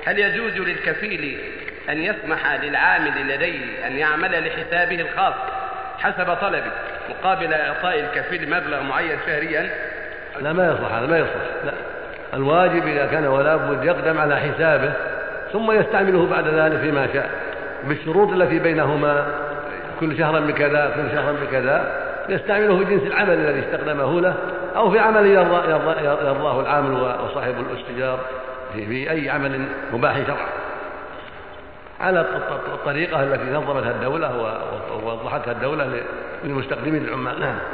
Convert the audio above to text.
هل يجوز للكفيل أن يسمح للعامل لديه أن يعمل لحسابه الخاص حسب طلبه مقابل إعطاء الكفيل مبلغ معين شهريا؟ لا، ما يصلح هذا، ما يصلح. لا، الواجب إذا كان ولا بد يقدم على حسابه ثم يستعمله بعد ذلك فيما شاء بالشروط التي بينهما، كل شهر بكذا كل شهر بكذا، يستعمله في جنس العمل الذي استخدمه له أو في عمل يرضاه العامل وصاحب الاستئجار في أي عمل مباح شرعا على الطريقة التي نظمتها الدولة ووضحتها الدولة للمستخدمين العمال.